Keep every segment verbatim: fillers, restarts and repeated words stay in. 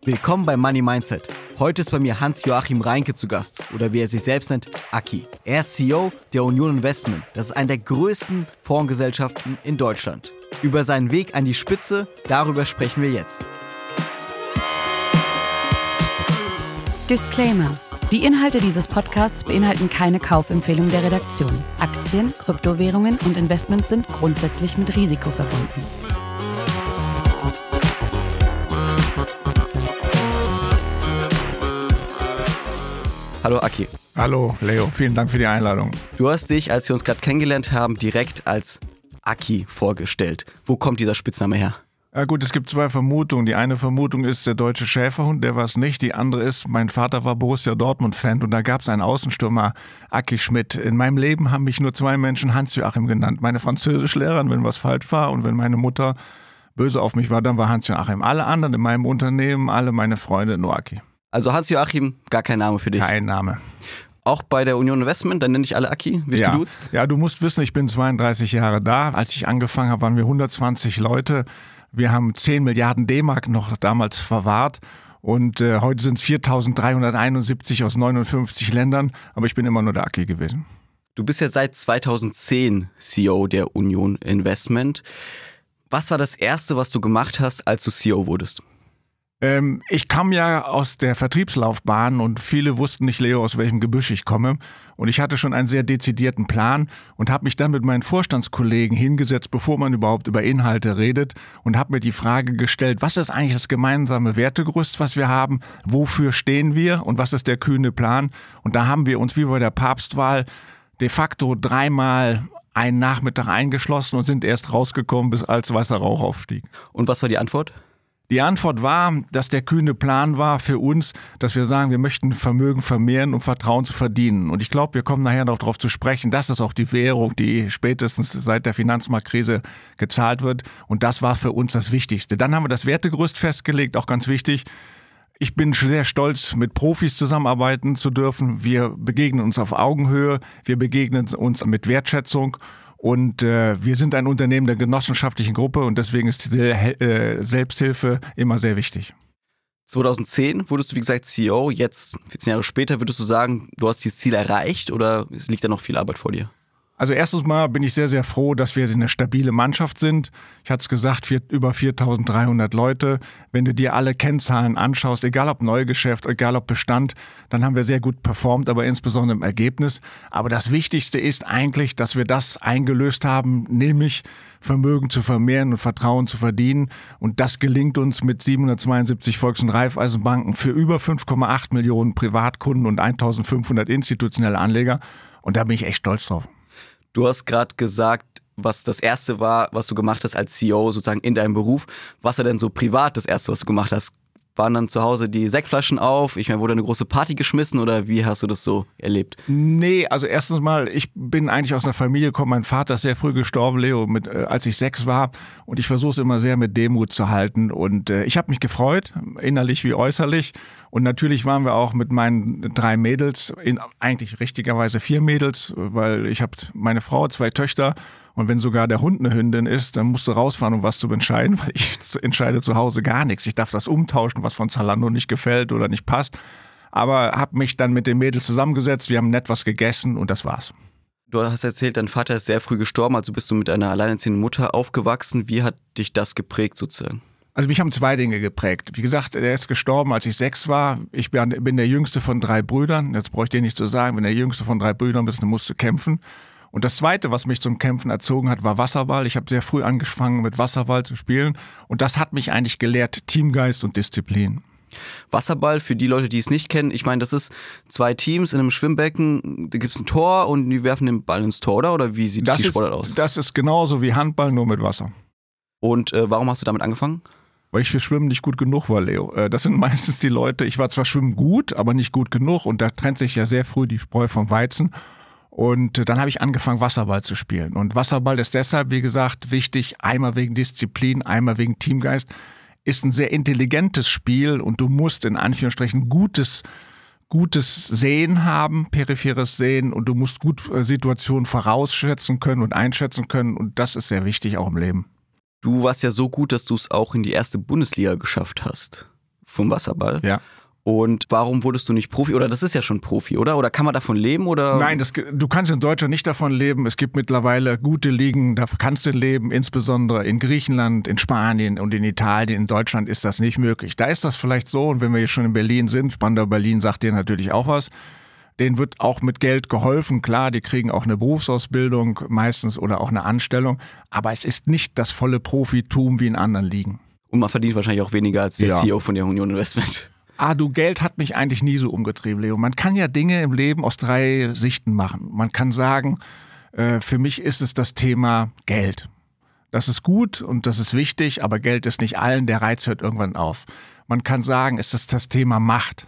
Willkommen bei Money Mindset. Heute ist bei mir Hans-Joachim Reinke zu Gast, oder wie er sich selbst nennt, Aki. Er ist C E O der Union Investment. Das ist eine der größten Fondsgesellschaften in Deutschland. Über seinen Weg an die Spitze, darüber sprechen wir jetzt. Disclaimer. Die Inhalte dieses Podcasts beinhalten keine Kaufempfehlung der Redaktion. Aktien, Kryptowährungen und Investments sind grundsätzlich mit Risiko verbunden. Hallo Aki. Hallo Leo, vielen Dank für die Einladung. Du hast dich, als wir uns gerade kennengelernt haben, direkt als Aki vorgestellt. Wo kommt dieser Spitzname her? Ja gut, es gibt zwei Vermutungen. Die eine Vermutung ist der deutsche Schäferhund, der war es nicht. Die andere ist, mein Vater war Borussia Dortmund-Fan und da gab es einen Außenstürmer, Aki Schmidt. In meinem Leben haben mich nur zwei Menschen Hans-Joachim genannt. Meine Französischlehrerin, wenn was falsch war, und wenn meine Mutter böse auf mich war, dann war Hans-Joachim. Alle anderen in meinem Unternehmen, alle meine Freunde, nur Aki. Also Hans-Joachim, gar kein Name für dich? Kein Name. Auch bei der Union Investment, dann nenne ich alle Aki, wird ja. geduzt? Ja, du musst wissen, ich bin zweiunddreißig Jahre da. Als ich angefangen habe, waren wir hundertzwanzig Leute. Wir haben zehn Milliarden D-Mark noch damals verwahrt und äh, heute sind es viertausenddreihunderteinundsiebzig aus neunundfünfzig Ländern, aber ich bin immer nur der Aki gewesen. Du bist ja seit zweitausendzehn C E O der Union Investment. Was war das Erste, was du gemacht hast, als du C E O wurdest? Ähm, ich kam ja aus der Vertriebslaufbahn und viele wussten nicht, Leo, aus welchem Gebüsch ich komme. Und ich hatte schon einen sehr dezidierten Plan und habe mich dann mit meinen Vorstandskollegen hingesetzt, bevor man überhaupt über Inhalte redet, und habe mir die Frage gestellt, was ist eigentlich das gemeinsame Wertegerüst, was wir haben, wofür stehen wir und was ist der kühne Plan? Und da haben wir uns wie bei der Papstwahl de facto dreimal einen Nachmittag eingeschlossen und sind erst rausgekommen, bis als weißer Rauch aufstieg. Und was war die Antwort? Die Antwort war, dass der kühne Plan war für uns, dass wir sagen, wir möchten Vermögen vermehren, um Vertrauen zu verdienen. Und ich glaube, wir kommen nachher noch darauf zu sprechen, das ist auch die Währung, die spätestens seit der Finanzmarktkrise gezahlt wird. Und das war für uns das Wichtigste. Dann haben wir das Wertegerüst festgelegt, auch ganz wichtig. Ich bin sehr stolz, mit Profis zusammenarbeiten zu dürfen. Wir begegnen uns auf Augenhöhe, wir begegnen uns mit Wertschätzung. Und äh, wir sind ein Unternehmen der genossenschaftlichen Gruppe und deswegen ist die äh, Selbsthilfe immer sehr wichtig. zweitausendzehn wurdest du, wie gesagt, C E O. Jetzt, vierzehn Jahre später, würdest du sagen, du hast dieses Ziel erreicht oder es liegt da noch viel Arbeit vor dir? Also erstens mal bin ich sehr, sehr froh, dass wir eine stabile Mannschaft sind. Ich hatte es gesagt, vier, über viertausenddreihundert Leute. Wenn du dir alle Kennzahlen anschaust, egal ob Neugeschäft, egal ob Bestand, dann haben wir sehr gut performt, aber insbesondere im Ergebnis. Aber das Wichtigste ist eigentlich, dass wir das eingelöst haben, nämlich Vermögen zu vermehren und Vertrauen zu verdienen. Und das gelingt uns mit siebenhundertzweiundsiebzig Volks- und Raiffeisenbanken für über fünf Komma acht Millionen Privatkunden und eintausendfünfhundert institutionelle Anleger. Und da bin ich echt stolz drauf. Du hast gerade gesagt, was das Erste war, was du gemacht hast als C E O sozusagen in deinem Beruf. Was war denn so privat das Erste, was du gemacht hast? Waren dann zu Hause die Sektflaschen auf? Ich meine, wurde eine große Party geschmissen oder wie hast du das so erlebt? Nee, also erstens mal, ich bin eigentlich aus einer Familie gekommen. Mein Vater ist sehr früh gestorben, Leo, mit, äh, als ich sechs war. Und ich versuche es immer sehr mit Demut zu halten. Und äh, ich habe mich gefreut, innerlich wie äußerlich. Und natürlich waren wir auch mit meinen drei Mädels, in, eigentlich richtigerweise vier Mädels, weil ich habe meine Frau, zwei Töchter. Und wenn sogar der Hund eine Hündin ist, dann musst du rausfahren, um was zu entscheiden, weil ich entscheide zu Hause gar nichts. Ich darf das umtauschen, was von Zalando nicht gefällt oder nicht passt. Aber habe mich dann mit den Mädels zusammengesetzt, wir haben nett was gegessen und das war's. Du hast erzählt, dein Vater ist sehr früh gestorben, also bist du mit einer alleinerziehenden Mutter aufgewachsen. Wie hat dich das geprägt sozusagen? Also mich haben zwei Dinge geprägt. Wie gesagt, er ist gestorben, als ich sechs war. Ich bin der jüngste von drei Brüdern. Jetzt brauche ich dir nicht zu sagen, wenn der jüngste von drei Brüdern bist, dann musst du kämpfen. Und das Zweite, was mich zum Kämpfen erzogen hat, war Wasserball. Ich habe sehr früh angefangen, mit Wasserball zu spielen. Und das hat mich eigentlich gelehrt, Teamgeist und Disziplin. Wasserball, für die Leute, die es nicht kennen, ich meine, das ist zwei Teams in einem Schwimmbecken, da gibt es ein Tor und die werfen den Ball ins Tor, oder? Oder wie sieht das die ist, Sportart aus? Das ist genauso wie Handball, nur mit Wasser. Und äh, warum hast du damit angefangen? Weil ich für Schwimmen nicht gut genug war, Leo. Das sind meistens die Leute, ich war zwar schwimmen gut, aber nicht gut genug und da trennt sich ja sehr früh die Spreu vom Weizen. Und dann habe ich angefangen, Wasserball zu spielen. Und Wasserball ist deshalb, wie gesagt, wichtig, einmal wegen Disziplin, einmal wegen Teamgeist. Ist ein sehr intelligentes Spiel und du musst in Anführungsstrichen gutes, gutes Sehen haben, peripheres Sehen, und du musst gut Situationen vorausschätzen können und einschätzen können, und das ist sehr wichtig auch im Leben. Du warst ja so gut, dass du es auch in die erste Bundesliga geschafft hast. vom Wasserball. Ja. Und warum wurdest du nicht Profi? Oder das ist ja schon Profi, oder? Oder kann man davon leben? Oder? Nein, das, du kannst in Deutschland nicht davon leben. Es gibt mittlerweile gute Ligen, da kannst du leben, insbesondere in Griechenland, in Spanien und in Italien. In Deutschland ist das nicht möglich. Da ist das vielleicht so, und wenn wir jetzt schon in Berlin sind, Spandau Berlin sagt dir natürlich auch was, denen wird auch mit Geld geholfen. Klar, die kriegen auch eine Berufsausbildung meistens oder auch eine Anstellung. Aber es ist nicht das volle Profitum wie in anderen Ligen. Und man verdient wahrscheinlich auch weniger als der Ja. C E O von der Union Investment. Ah, du, Geld hat mich eigentlich nie so umgetrieben, Leo. Man kann ja Dinge im Leben aus drei Sichten machen. Man kann sagen, äh, für mich ist es das Thema Geld. Das ist gut und das ist wichtig, aber Geld ist nicht allen, der Reiz hört irgendwann auf. Man kann sagen, es ist das Thema Macht.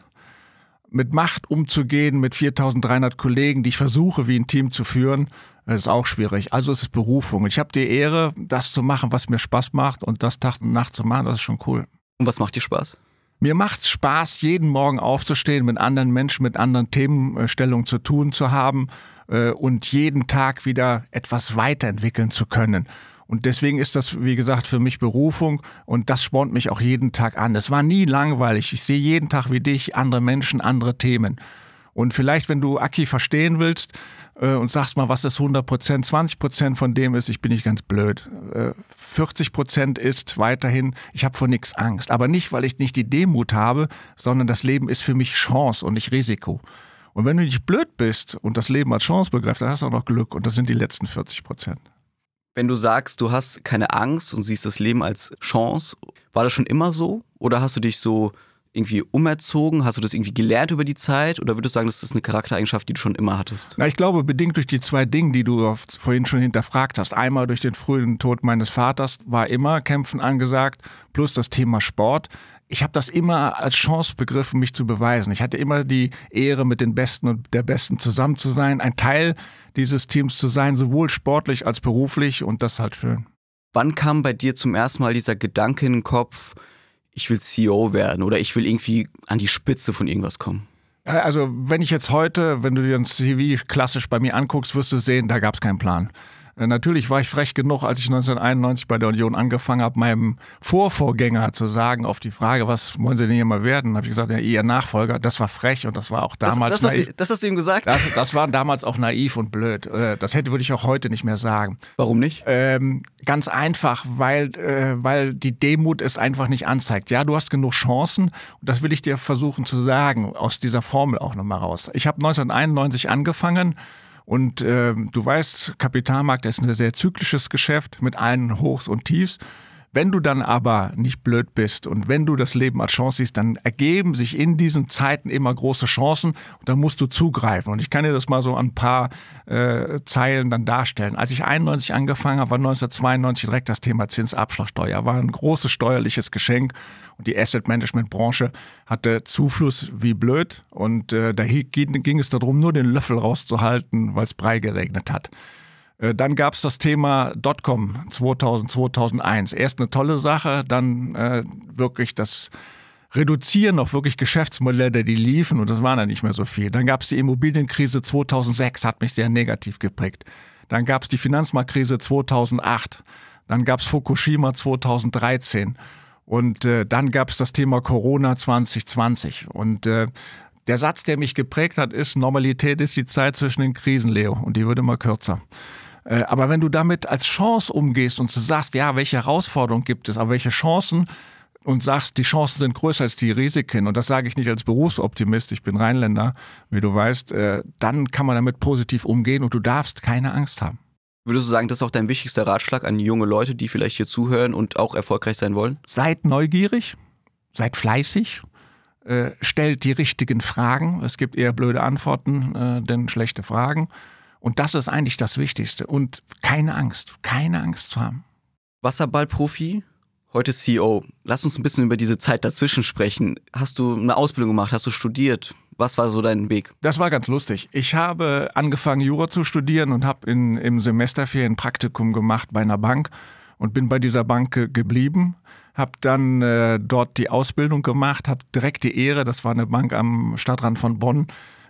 Mit Macht umzugehen, mit viertausenddreihundert Kollegen, die ich versuche, wie ein Team zu führen, das ist auch schwierig. Also es ist Berufung. Ich habe die Ehre, das zu machen, was mir Spaß macht, und das Tag und Nacht zu machen, das ist schon cool. Und was macht dir Spaß? Mir macht es Spaß, jeden Morgen aufzustehen, mit anderen Menschen, mit anderen Themenstellungen zu tun zu haben äh, und jeden Tag wieder etwas weiterentwickeln zu können. Und deswegen ist das, wie gesagt, für mich Berufung, und das spornt mich auch jeden Tag an. Es war nie langweilig. Ich sehe jeden Tag wie dich andere Menschen, andere Themen. Und vielleicht, wenn du Aki verstehen willst äh, und sagst mal, was ist hundert Prozent, zwanzig Prozent von dem ist, ich bin nicht ganz blöd. Äh, vierzig Prozent ist weiterhin, ich habe vor nichts Angst. Aber nicht, weil ich nicht die Demut habe, sondern das Leben ist für mich Chance und nicht Risiko. Und wenn du nicht blöd bist und das Leben als Chance begreifst, dann hast du auch noch Glück. Und das sind die letzten vierzig Prozent. Wenn du sagst, du hast keine Angst und siehst das Leben als Chance, war das schon immer so? Oder hast du dich so irgendwie umerzogen? Hast du das irgendwie gelernt über die Zeit? Oder würdest du sagen, das ist eine Charaktereigenschaft, die du schon immer hattest? Na, ich glaube, bedingt durch die zwei Dinge, die du vorhin schon hinterfragt hast. Einmal durch den frühen Tod meines Vaters war immer Kämpfen angesagt, plus das Thema Sport. Ich habe das immer als Chance begriffen, mich zu beweisen. Ich hatte immer die Ehre, mit den Besten und der Besten zusammen zu sein, ein Teil dieses Teams zu sein, sowohl sportlich als beruflich, und das ist halt schön. Wann kam bei dir zum ersten Mal dieser Gedanke in den Kopf, ich will C E O werden oder ich will irgendwie an die Spitze von irgendwas kommen? Also wenn ich jetzt heute, wenn du dir ein C V klassisch bei mir anguckst, wirst du sehen, da gab es keinen Plan. Natürlich war ich frech genug, als ich neunzehnhunderteinundneunzig bei der Union angefangen habe, meinem Vorvorgänger zu sagen, auf die Frage, was wollen Sie denn hier mal werden, habe ich gesagt, ja, Ihr Nachfolger. Das war frech, und das war auch damals das, das, naiv. Hast du, das hast du ihm gesagt? Das, das war damals auch naiv und blöd. Das hätte, würde ich auch heute nicht mehr sagen. Warum nicht? Ähm, ganz einfach, weil, äh, weil die Demut es einfach nicht anzeigt. Ja, du hast genug Chancen, und das will ich dir versuchen zu sagen, aus dieser Formel auch nochmal raus. Ich habe neunzehnhunderteinundneunzig angefangen. Und äh, du weißt, Kapitalmarkt ist ein sehr zyklisches Geschäft mit allen Hochs und Tiefs. Wenn du dann aber nicht blöd bist und wenn du das Leben als Chance siehst, dann ergeben sich in diesen Zeiten immer große Chancen, und dann musst du zugreifen. Und ich kann dir das mal so an ein paar äh, Zeilen dann darstellen. Als ich einundneunzig angefangen habe, war neunzehnhundertzweiundneunzig direkt das Thema Zinsabschlagssteuer. War ein großes steuerliches Geschenk, und die Asset-Management-Branche hatte Zufluss wie blöd, und äh, da ging, ging es darum, nur den Löffel rauszuhalten, weil es Brei geregnet hat. Dann gab es das Thema Dotcom zweitausend, zweitausendeins. Erst eine tolle Sache, dann äh, wirklich das Reduzieren auf wirklich Geschäftsmodelle, die liefen, und das waren ja nicht mehr so viel. Dann gab es die Immobilienkrise zweitausendsechs, hat mich sehr negativ geprägt. Dann gab es die Finanzmarktkrise zweitausendacht. Dann gab es Fukushima zweitausenddreizehn. Und äh, dann gab es das Thema Corona zwanzig zwanzig. Und äh, der Satz, der mich geprägt hat, ist, Normalität ist die Zeit zwischen den Krisen, Leo. Und die wird immer kürzer. Aber wenn du damit als Chance umgehst und du sagst, ja, welche Herausforderungen gibt es, aber welche Chancen, und sagst, die Chancen sind größer als die Risiken, und das sage ich nicht als Berufsoptimist, ich bin Rheinländer, wie du weißt, dann kann man damit positiv umgehen, und du darfst keine Angst haben. Würdest du sagen, das ist auch dein wichtigster Ratschlag an junge Leute, die vielleicht hier zuhören und auch erfolgreich sein wollen? Seid neugierig, seid fleißig, äh, stellt die richtigen Fragen. Es gibt eher blöde Antworten, äh, denn schlechte Fragen. Und das ist eigentlich das Wichtigste. Und keine Angst, keine Angst zu haben. Wasserballprofi, heute C E O. Lass uns ein bisschen über diese Zeit dazwischen sprechen. Hast du eine Ausbildung gemacht? Hast du studiert? Was war so dein Weg? Das war ganz lustig. Ich habe angefangen, Jura zu studieren, und habe in, im Semesterferien ein Praktikum gemacht bei einer Bank und bin bei dieser Bank ge- geblieben. Habe dann äh, dort die Ausbildung gemacht, habe direkt die Ehre, das war eine Bank am Stadtrand von Bonn,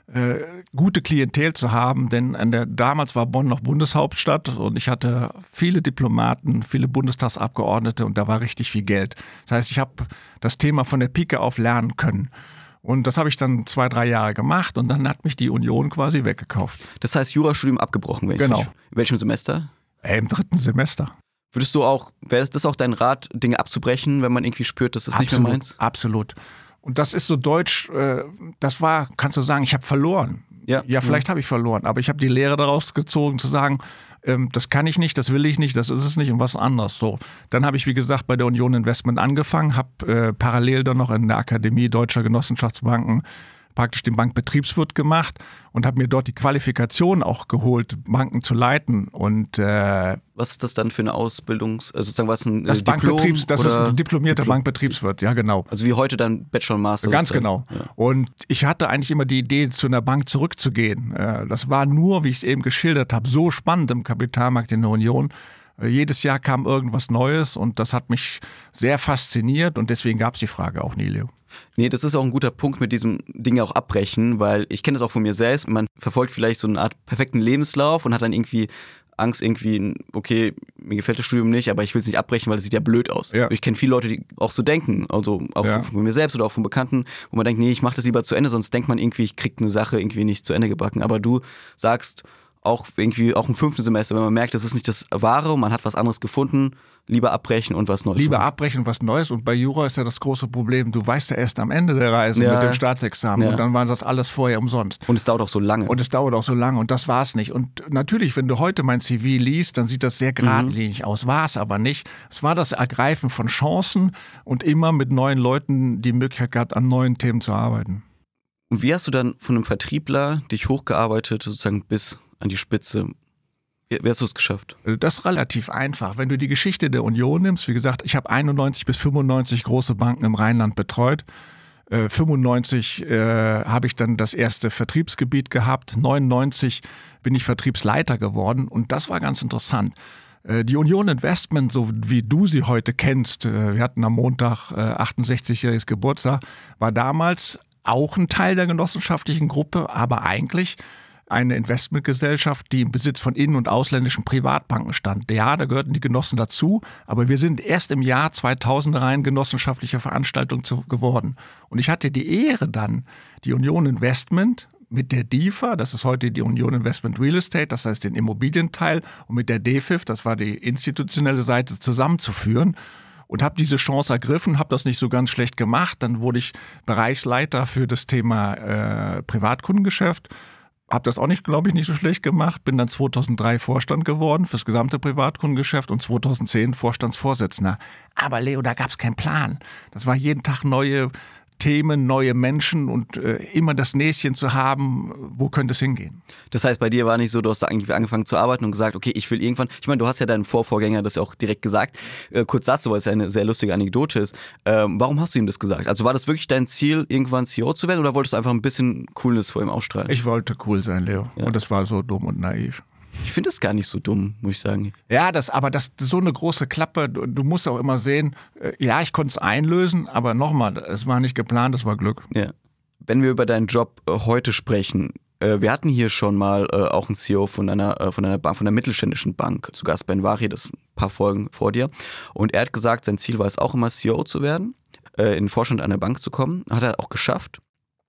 äh, gute Klientel zu haben, denn an der, damals war Bonn noch Bundeshauptstadt und ich hatte viele Diplomaten, viele Bundestagsabgeordnete und da war richtig viel Geld. Das heißt, ich habe das Thema von der Pike auf lernen können. Und das habe ich dann zwei, drei Jahre gemacht und dann hat mich die Union quasi weggekauft. Das heißt, Jurastudium abgebrochen, wenn ich Genau. nicht. In welchem Semester? Äh, Im dritten Semester. Würdest du auch, wäre das auch dein Rat, Dinge abzubrechen, wenn man irgendwie spürt, dass das Absolut, nicht mehr meins? Absolut. Und das ist so deutsch, äh, das war, kannst du sagen, ich habe verloren. Ja, ja vielleicht ja. habe ich verloren, aber ich habe die Lehre daraus gezogen, zu sagen, ähm, das kann ich nicht, das will ich nicht, das ist es nicht und was anderes. So. Dann habe ich, wie gesagt, bei der Union Investment angefangen, habe äh, parallel dann noch in der Akademie Deutscher Genossenschaftsbanken praktisch den Bankbetriebswirt gemacht und habe mir dort die Qualifikation auch geholt, Banken zu leiten. Und äh, was ist das dann für eine Ausbildung? Also sozusagen was ein das äh, Diplom? Bankbetriebs, das oder ist ein diplomierter Diplom? Bankbetriebswirt, ja genau. Also wie heute dann Bachelor und Master. Ganz sozusagen. genau. Ja. Und ich hatte eigentlich immer die Idee, zu einer Bank zurückzugehen. Äh, Das war nur, wie ich es eben geschildert habe, so spannend im Kapitalmarkt in der Union. Jedes Jahr kam irgendwas Neues und das hat mich sehr fasziniert und deswegen gab es die Frage auch nie, Leo. Nee, das ist auch ein guter Punkt mit diesem Dinge auch abbrechen, weil ich kenne das auch von mir selbst. Man verfolgt vielleicht so eine Art perfekten Lebenslauf und hat dann irgendwie Angst, irgendwie, okay, mir gefällt das Studium nicht, aber ich will es nicht abbrechen, weil es sieht ja blöd aus. Ja. Ich kenne viele Leute, die auch so denken, also auch Ja. von mir selbst oder auch von Bekannten, wo man denkt, nee, ich mache das lieber zu Ende, sonst denkt man irgendwie, ich kriege eine Sache irgendwie nicht zu Ende gebacken. Aber du sagst, auch irgendwie auch im fünften Semester, wenn man merkt, das ist nicht das Wahre und man hat was anderes gefunden, lieber abbrechen und was Neues Lieber suchen. abbrechen und was Neues. Und bei Jura ist ja das große Problem, du weißt ja erst am Ende der Reise Ja. mit dem Staatsexamen Ja. und dann war das alles vorher umsonst. Und es dauert auch so lange. Und es dauert auch so lange und das war es nicht. Und natürlich, wenn du heute mein C V liest, dann sieht das sehr geradlinig aus. War es aber nicht. Es war das Ergreifen von Chancen und immer mit neuen Leuten die Möglichkeit gehabt, an neuen Themen zu arbeiten. Und wie hast du dann von einem Vertriebler dich hochgearbeitet, sozusagen bis an die Spitze? Wie, wie hast du es geschafft? Das ist relativ einfach. Wenn du die Geschichte der Union nimmst, wie gesagt, ich habe einundneunzig bis fünfundneunzig große Banken im Rheinland betreut. Äh, fünfundneunzig äh, habe ich dann das erste Vertriebsgebiet gehabt. neunundneunzig bin ich Vertriebsleiter geworden und das war ganz interessant. Äh, die Union Investment, so wie du sie heute kennst, äh, wir hatten am Montag äh, achtundsechzigjähriges Geburtstag, war damals auch ein Teil der genossenschaftlichen Gruppe, aber eigentlich eine Investmentgesellschaft, die im Besitz von innen- und ausländischen Privatbanken stand. Ja, da gehörten die Genossen dazu, aber wir sind erst im Jahr zweitausend rein genossenschaftliche Veranstaltung zu, geworden. Und ich hatte die Ehre dann, die Union Investment mit der D I F A, das ist heute die Union Investment Real Estate, das heißt den Immobilienteil, und mit der D F I F, das war die institutionelle Seite, zusammenzuführen. Und habe diese Chance ergriffen, habe das nicht so ganz schlecht gemacht. Dann wurde ich Bereichsleiter für das Thema äh, Privatkundengeschäft. Habe das auch nicht, glaube ich, nicht so schlecht gemacht. Bin dann zweitausenddrei Vorstand geworden fürs gesamte Privatkundengeschäft und zweitausendzehn Vorstandsvorsitzender. Aber Leo, da gab es keinen Plan. Das war jeden Tag neue Themen, neue Menschen und äh, immer das Näschen zu haben, wo könnte es hingehen. Das heißt, bei dir war nicht so, du hast da eigentlich angefangen zu arbeiten und gesagt, okay, ich will irgendwann, ich meine, du hast ja deinen Vorvorgänger das ja auch direkt gesagt, äh, kurz dazu, weil es ja eine sehr lustige Anekdote ist. Ähm, warum hast du ihm das gesagt? Also war das wirklich dein Ziel, irgendwann C E O zu werden oder wolltest du einfach ein bisschen Coolness vor ihm ausstrahlen? Ich wollte cool sein, Leo. Ja. Und das war so dumm und naiv. Ich finde das gar nicht so dumm, muss ich sagen. Ja, das, aber das so eine große Klappe, du, du musst auch immer sehen, äh, ja, ich konnte es einlösen, aber nochmal, es war nicht geplant, es war Glück. Ja. Wenn wir über deinen Job äh, heute sprechen, äh, wir hatten hier schon mal äh, auch einen C E O von einer, äh, von einer Bank, von einer mittelständischen Bank zu Gast, Ben Vari, das ist ein paar Folgen vor dir. Und er hat gesagt, sein Ziel war es auch immer C E O zu werden, äh, in den Vorstand einer Bank zu kommen. Hat er auch geschafft.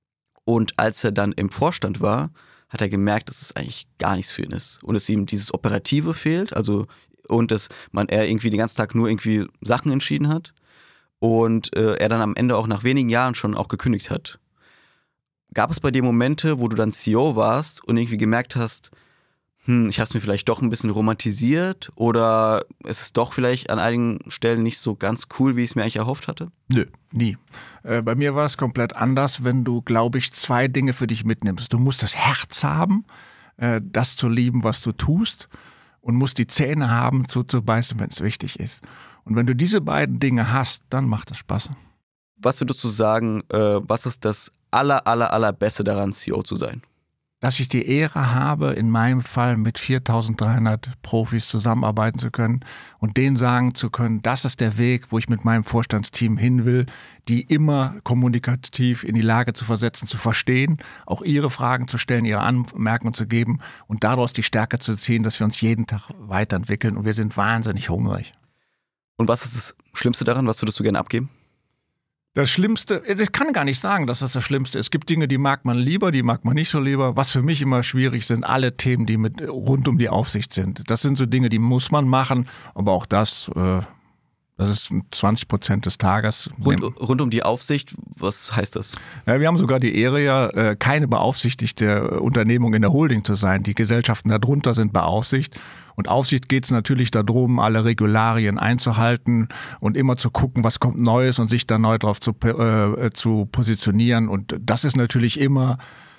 Und als er dann im Vorstand war, hat er gemerkt, dass es eigentlich gar nichts für ihn ist. Und dass ihm dieses Operative fehlt, also und dass man er irgendwie den ganzen Tag nur irgendwie Sachen entschieden hat. Und äh, er dann am Ende auch nach wenigen Jahren schon auch gekündigt hat. Gab es bei dir Momente, wo du dann C E O warst und irgendwie gemerkt hast, hm, ich habe es mir vielleicht doch ein bisschen romantisiert oder es ist doch vielleicht an einigen Stellen nicht so ganz cool, wie ich es mir eigentlich erhofft hatte? Nö, nie. Äh, bei mir war es komplett anders, wenn du, glaube ich, zwei Dinge für dich mitnimmst. Du musst das Herz haben, äh, das zu lieben, was du tust, und musst die Zähne haben, zuzubeißen, wenn es wichtig ist. Und wenn du diese beiden Dinge hast, dann macht es Spaß. Was würdest du sagen, äh, was ist das aller, aller, allerbeste daran, C E O zu sein? dass ich die Ehre habe, in meinem Fall mit viertausenddreihundert Profis zusammenarbeiten zu können und denen sagen zu können, das ist der Weg, wo ich mit meinem Vorstandsteam hin will, die immer kommunikativ in die Lage zu versetzen, zu verstehen, auch ihre Fragen zu stellen, ihre Anmerkungen zu geben und daraus die Stärke zu ziehen, dass wir uns jeden Tag weiterentwickeln und wir sind wahnsinnig hungrig. Und was ist das Schlimmste daran? Was würdest du gerne abgeben? Das Schlimmste, ich kann gar nicht sagen, dass das das Schlimmste ist. Es gibt Dinge, die mag man lieber, die mag man nicht so lieber. Was für mich immer schwierig sind, alle Themen, die mit rund um die Aufsicht sind. Das sind so Dinge, die muss man machen, aber auch das, äh, das ist zwanzig Prozent des Tages. Rund, rund um die Aufsicht, was heißt das? Ja, wir haben sogar die Ehre, ja keine beaufsichtigte Unternehmung in der Holding zu sein. Die Gesellschaften darunter sind beaufsichtigt. Und Aufsicht geht es natürlich darum, alle Regularien einzuhalten und immer zu gucken, was kommt Neues und sich da neu drauf zu, äh, zu positionieren. Und das ist natürlich immer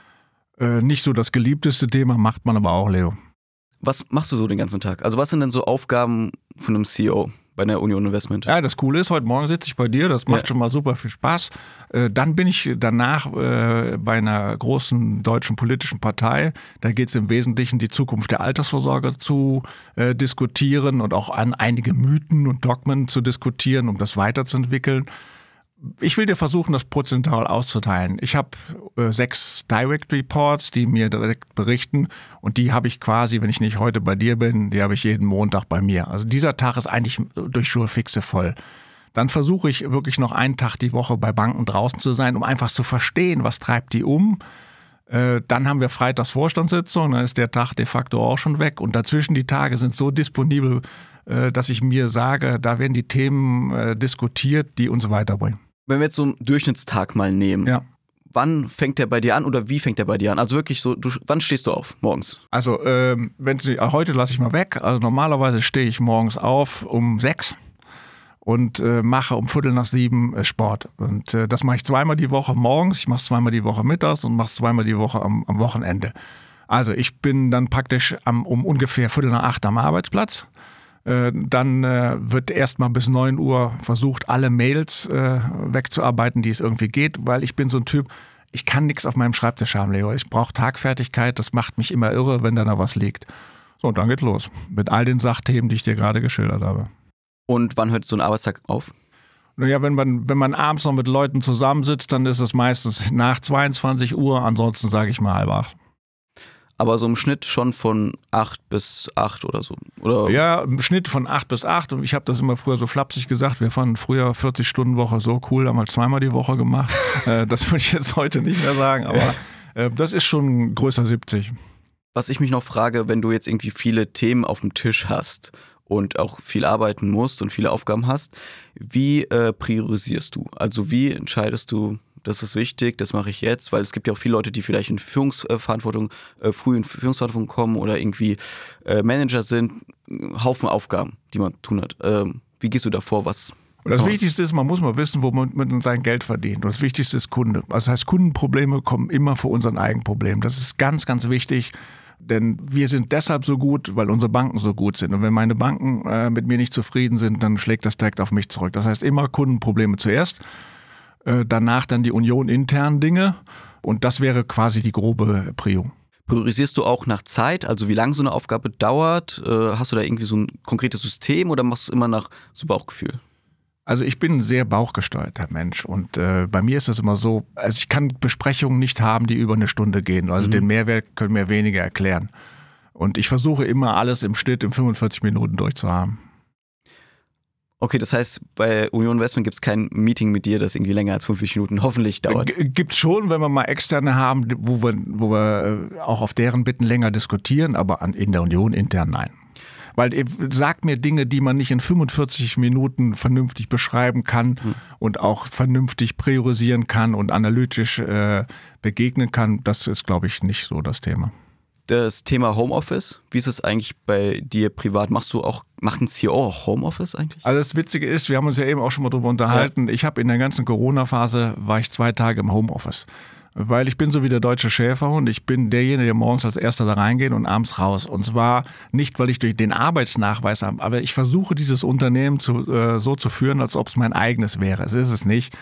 äh, nicht so das geliebteste Thema, macht man aber auch, Leo. Was machst du so den ganzen Tag? Also was sind denn so Aufgaben von einem C E O bei der Union Investment? Ja, das Coole ist, heute Morgen sitze ich bei dir, das macht ja schon mal super viel Spaß. Äh, dann bin ich danach äh, bei einer großen deutschen politischen Partei. Da geht es im Wesentlichen, die Zukunft der Altersvorsorge zu äh, diskutieren und auch an einige Mythen und Dogmen zu diskutieren, um das weiterzuentwickeln. Ich will dir versuchen, das prozentual auszuteilen. Ich habe äh, sechs Direct Reports, die mir direkt berichten und die habe ich quasi, wenn ich nicht heute bei dir bin, die habe ich jeden Montag bei mir. Also dieser Tag ist eigentlich durch Schurfixe voll. Dann versuche ich wirklich noch einen Tag die Woche bei Banken draußen zu sein, um einfach zu verstehen, was treibt die um. Äh, dann haben wir freitags Vorstandssitzung, dann ist der Tag de facto auch schon weg und dazwischen die Tage sind so disponibel, äh, dass ich mir sage, da werden die Themen äh, diskutiert, die uns weiterbringen. Wenn wir jetzt so einen Durchschnittstag mal nehmen, ja. Wann fängt der bei dir an oder wie fängt der bei dir an? Also wirklich so, du, wann stehst du auf morgens? Also ähm, wenn Sie, heute lasse ich mal weg. Also normalerweise stehe ich morgens auf um sechs und äh, mache um Viertel nach sieben äh, Sport. Und äh, das mache ich zweimal die Woche morgens, ich mache es zweimal die Woche mittags und mache es zweimal die Woche am, am Wochenende. Also ich bin dann praktisch am, um ungefähr Viertel nach acht am Arbeitsplatz. Dann äh, wird erstmal bis neun Uhr versucht, alle Mails äh, wegzuarbeiten, die es irgendwie geht, weil ich bin so ein Typ, ich kann nichts auf meinem Schreibtisch haben, Leo. Ich brauche Tagfertigkeit, das macht mich immer irre, wenn da noch was liegt. So, und dann geht's los mit all den Sachthemen, die ich dir gerade geschildert habe. Und wann hört so ein Arbeitstag auf? Naja, wenn man, wenn man abends noch mit Leuten zusammensitzt, dann ist es meistens nach zweiundzwanzig Uhr, ansonsten sage ich mal halb acht. Aber so im Schnitt schon von acht bis acht oder so? Oder? Ja, im Schnitt von acht bis acht. Und ich habe das immer früher so flapsig gesagt. Wir fanden früher vierzig-Stunden-Woche so cool, haben wir zweimal die Woche gemacht. Das würde ich jetzt heute nicht mehr sagen, aber das ist schon größer siebzig. Was ich mich noch frage, wenn du jetzt irgendwie viele Themen auf dem Tisch hast und auch viel arbeiten musst und viele Aufgaben hast, wie äh, priorisierst du? Also wie entscheidest du, das ist wichtig, das mache ich jetzt, weil es gibt ja auch viele Leute, die vielleicht in Führungsverantwortung, äh, früh in Führungsverantwortung kommen oder irgendwie äh, Manager sind, Haufen Aufgaben, die man tun hat. Ähm, wie gehst du da vor, was? Das Wichtigste ist, man muss mal wissen, wo man mit sein Geld verdient. Und das Wichtigste ist Kunde. Das heißt, Kundenprobleme kommen immer vor unseren Eigenproblemen. Das ist ganz, ganz wichtig. Denn wir sind deshalb so gut, weil unsere Banken so gut sind. Und wenn meine Banken äh, mit mir nicht zufrieden sind, dann schlägt das direkt auf mich zurück. Das heißt, immer Kundenprobleme zuerst. Danach dann die Union internen Dinge und das wäre quasi die grobe Prio. Priorisierst du auch nach Zeit, also wie lange so eine Aufgabe dauert? Hast du da irgendwie so ein konkretes System oder machst du es immer nach so Bauchgefühl? Also ich bin ein sehr bauchgesteuerter Mensch und äh, bei mir ist es immer so, also ich kann Besprechungen nicht haben, die über eine Stunde gehen. Also mhm. den Mehrwert können mir weniger erklären. Und ich versuche immer alles im Schnitt in fünfundvierzig Minuten durchzuhaben. Okay, das heißt, bei Union Investment gibt es kein Meeting mit dir, das irgendwie länger als fünfzig Minuten hoffentlich dauert? G- Gibt es schon, wenn wir mal Externe haben, wo wir, wo wir auch auf deren Bitten länger diskutieren, aber an, in der Union intern nein. Weil sagt mir Dinge, die man nicht in fünfundvierzig Minuten vernünftig beschreiben kann hm. und auch vernünftig priorisieren kann und analytisch äh, begegnen kann, das ist, glaube ich, nicht so das Thema. Das Thema Homeoffice, wie ist es eigentlich bei dir privat? Machst du auch, macht ein C E O auch Homeoffice eigentlich? Also das Witzige ist, wir haben uns ja eben auch schon mal drüber unterhalten, ja. Ich habe in der ganzen Corona-Phase, war ich zwei Tage im Homeoffice. Weil ich bin so wie der deutsche Schäferhund, ich bin derjenige, der morgens als erster da reingeht und abends raus. Und zwar nicht, weil ich durch den Arbeitsnachweis habe, aber ich versuche dieses Unternehmen zu, äh, so zu führen, als ob es mein eigenes wäre. Es ist es nicht.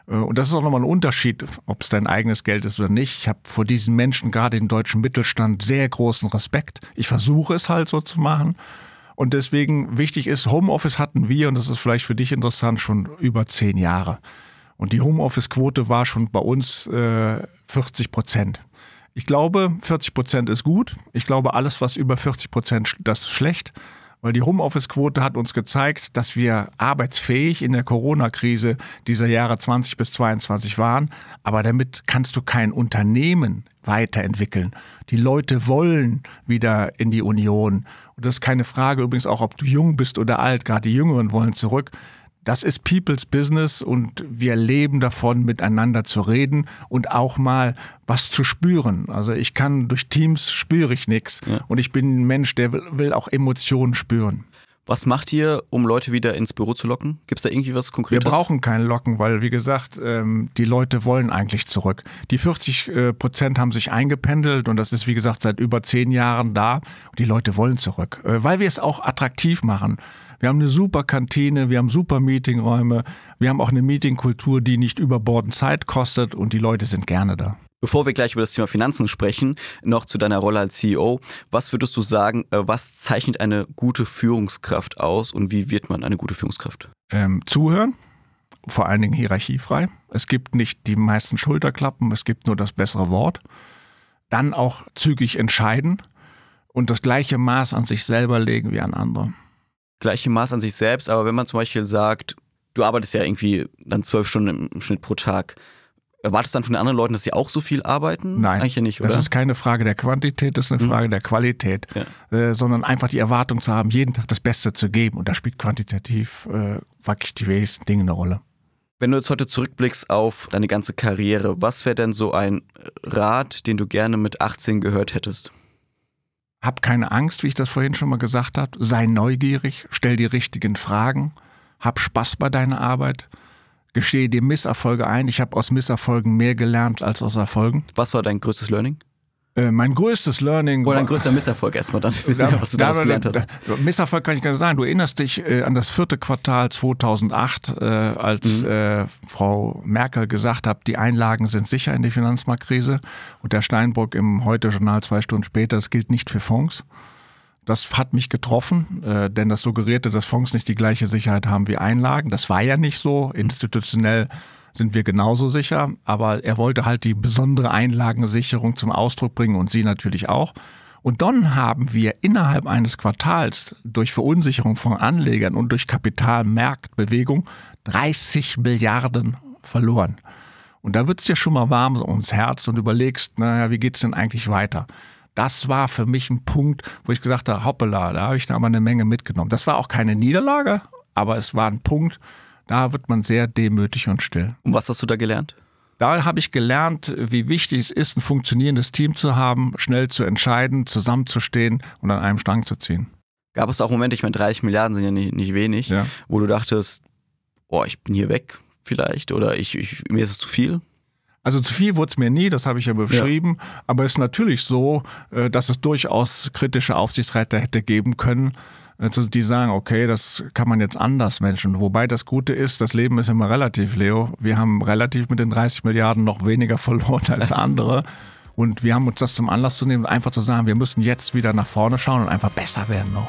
Und das ist auch nochmal ein Unterschied, ob es dein eigenes Geld ist oder nicht. Ich habe vor diesen Menschen, gerade im deutschen Mittelstand, sehr großen Respekt. Ich versuche es halt so zu machen. Und deswegen wichtig ist, Homeoffice hatten wir, und das ist vielleicht für dich interessant, schon über zehn Jahre. Und die Homeoffice-Quote war schon bei uns äh, vierzig Prozent. Ich glaube, vierzig Prozent ist gut. Ich glaube, alles, was über vierzig Prozent, das ist schlecht. Weil die Homeoffice-Quote hat uns gezeigt, dass wir arbeitsfähig in der Corona-Krise dieser Jahre zwanzig bis zweiundzwanzig waren. Aber damit kannst du kein Unternehmen weiterentwickeln. Die Leute wollen wieder in die Union. Und das ist keine Frage übrigens auch, ob du jung bist oder alt. Gerade die Jüngeren wollen zurück. Das ist People's Business und wir leben davon, miteinander zu reden und auch mal was zu spüren. Also ich kann durch Teams spüre ich nichts ja. Und ich bin ein Mensch, der will, will auch Emotionen spüren. Was macht ihr, um Leute wieder ins Büro zu locken? Gibt es da irgendwie was Konkretes? Wir brauchen kein Locken, weil wie gesagt, die Leute wollen eigentlich zurück. Die vierzig Prozent haben sich eingependelt und das ist wie gesagt seit über zehn Jahren da. Und die Leute wollen zurück, weil wir es auch attraktiv machen. Wir haben eine super Kantine, wir haben super Meetingräume, wir haben auch eine Meetingkultur, die nicht überbordend Zeit kostet und die Leute sind gerne da. Bevor wir gleich über das Thema Finanzen sprechen, noch zu deiner Rolle als C E O. Was würdest du sagen, was zeichnet eine gute Führungskraft aus und wie wird man eine gute Führungskraft? Ähm, zuhören, vor allen Dingen hierarchiefrei. Es gibt nicht die meisten Schulterklappen, es gibt nur das bessere Wort. Dann auch zügig entscheiden und das gleiche Maß an sich selber legen wie an andere. Gleiche Maß an sich selbst, aber wenn man zum Beispiel sagt, du arbeitest ja irgendwie dann zwölf Stunden im Schnitt pro Tag, erwartest du dann von den anderen Leuten, dass sie auch so viel arbeiten? Nein, eigentlich ja nicht, oder? Das ist keine Frage der Quantität, das ist eine mhm. Frage der Qualität, ja. äh, sondern einfach die Erwartung zu haben, jeden Tag das Beste zu geben und da spielt quantitativ äh, wirklich die wenigsten Dinge eine Rolle. Wenn du jetzt heute zurückblickst auf deine ganze Karriere, was wäre denn so ein Rat, den du gerne mit achtzehn gehört hättest? Hab keine Angst, wie ich das vorhin schon mal gesagt habe. Sei neugierig, stell die richtigen Fragen, hab Spaß bei deiner Arbeit, gestehe dir Misserfolge ein. Ich habe aus Misserfolgen mehr gelernt als aus Erfolgen. Was war dein größtes Learning? Äh, mein größtes Learning... Oder dein größter Misserfolg erstmal, dann wissen wir, was du daraus gelernt hast. Misserfolg kann ich gar nicht sagen. Du erinnerst dich äh, an das vierte Quartal zweitausendacht, äh, als mhm. äh, Frau Merkel gesagt hat, die Einlagen sind sicher in die Finanzmarktkrise. Und der Steinbrück im Heute-Journal zwei Stunden später, das gilt nicht für Fonds. Das hat mich getroffen, äh, denn das suggerierte, dass Fonds nicht die gleiche Sicherheit haben wie Einlagen. Das war ja nicht so. Institutionell sind wir genauso sicher, aber er wollte halt die besondere Einlagensicherung zum Ausdruck bringen und Sie natürlich auch. Und dann haben wir innerhalb eines Quartals durch Verunsicherung von Anlegern und durch Kapitalmarktbewegung dreißig Milliarden verloren. Und da wird es dir schon mal warm ums Herz und überlegst, naja, wie geht's denn eigentlich weiter? Das war für mich ein Punkt, wo ich gesagt habe, hoppala, da habe ich da aber eine Menge mitgenommen. Das war auch keine Niederlage, aber es war ein Punkt, da wird man sehr demütig und still. Und was hast du da gelernt? Da habe ich gelernt, wie wichtig es ist, ein funktionierendes Team zu haben, schnell zu entscheiden, zusammenzustehen und an einem Strang zu ziehen. Gab es auch Momente, ich meine, dreißig Milliarden sind ja nicht, nicht wenig, ja. wo du dachtest, oh, ich bin hier weg vielleicht oder ich, ich, mir ist es zu viel? Also zu viel wurde es mir nie, das habe ich ja beschrieben, ja. aber es ist natürlich so, dass es durchaus kritische Aufsichtsräte hätte geben können, die sagen, okay, das kann man jetzt anders managen. Wobei das Gute ist, das Leben ist immer relativ, Leo. Wir haben relativ mit den dreißig Milliarden noch weniger verloren als andere. Und wir haben uns das zum Anlass zu nehmen, einfach zu sagen, wir müssen jetzt wieder nach vorne schauen und einfach besser werden noch.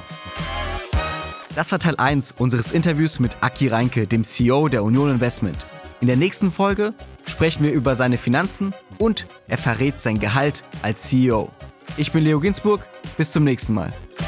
Das war Teil eins unseres Interviews mit Aki Reinke, dem C E O der Union Investment. In der nächsten Folge sprechen wir über seine Finanzen und er verrät sein Gehalt als C E O. Ich bin Leo Ginsburg, bis zum nächsten Mal.